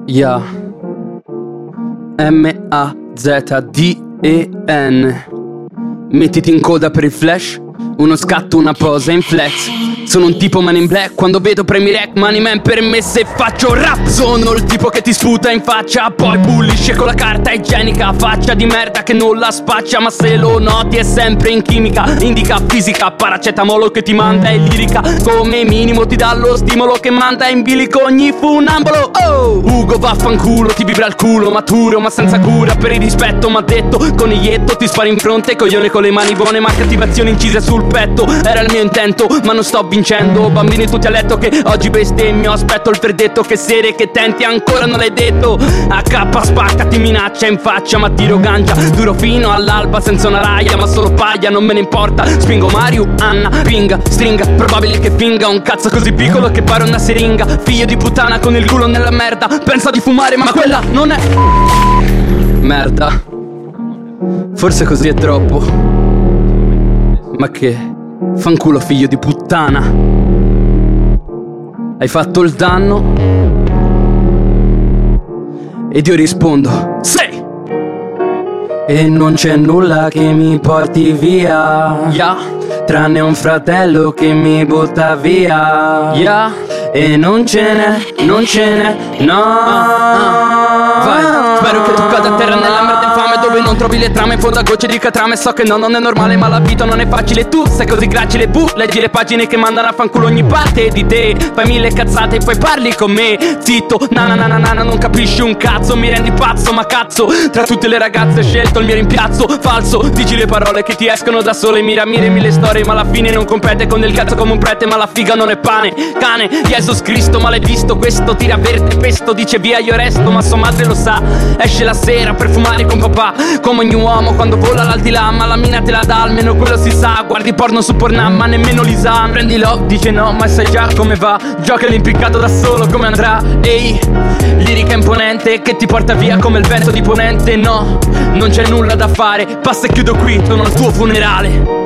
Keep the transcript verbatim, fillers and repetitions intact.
Yeah. M A Z D E N. Mettiti in coda per il flash. Uno scatto, una posa in flex. Sono un tipo man in black. Quando vedo premi rec, money man per me se faccio rap. Sono il tipo che ti sputa in faccia, poi bullisce con la carta igienica. Faccia di merda che non la spaccia, ma se lo noti è sempre in chimica. Indica fisica, paracetamolo che ti manda in lirica. Come minimo ti dà lo stimolo che manda in bilico ogni funambolo. Oh! Ugo vaffanculo, ti vibra il culo, maturo ma senza cura per il rispetto. M'ha detto, coniglietto ti spari in fronte, coglione con le mani buone ma cattivazione incise sul petto. Era il mio intento, ma non sto vincendo. Bambini tutti a letto che oggi bestemmio. Aspetto il verdetto, che serie che tenti ancora non l'hai detto. A K spacca, ti minaccia in faccia ma tiro ganja. Duro fino all'alba senza una raia, ma solo paglia, non me ne importa. Spingo Mario, Anna, pinga, stringa. Probabile che finga un cazzo così piccolo che pare una siringa. Figlio di puttana con il culo nella merda. Pensa di fumare ma quella non è merda. Forse così è troppo. Ma che fanculo figlio di puttana. Hai fatto il danno ed io rispondo sì. E non c'è nulla che mi porti via, yeah. Tranne un fratello che mi butta via, yeah. E non ce n'è, non ce n'è, no. ah, ah. Vai, spero che tu cada a terra nella merda infame dove non trovi le trame in fondo a gocce di catrame. So che no, non è normale ma la vita non è facile. Tu sei così gracile, bu, leggi le pagine che mandano a fanculo ogni parte di te. Fai mille cazzate e poi parli con me. Zitto, na na na na na, non capisci un cazzo. Mi rendi pazzo, ma cazzo, tra tutte le ragazze ho scelto il mio rimpiazzo. Falso, dici le parole che ti escono da sole. Mira, mire mille storie ma alla fine non compete con il cazzo come un prete. Ma la figa non è pane, cane, Jesus Cristo. Ma l'hai visto questo, tira verde pesto. Dice via io resto, ma sua madre lo sa. Esce la sera per fumare con papà, come ogni uomo quando vola l'aldilà. Ma la mina te la dà, almeno quello si sa. Guardi porno su Pornhub ma nemmeno li sa. Prendilo, dice no, ma sai già come va. Gioca l'impiccato da solo, come andrà? Ehi, lirica imponente che ti porta via come il vento di ponente. No, non c'è nulla da fare, passa e chiudo qui, sono al tuo funerale.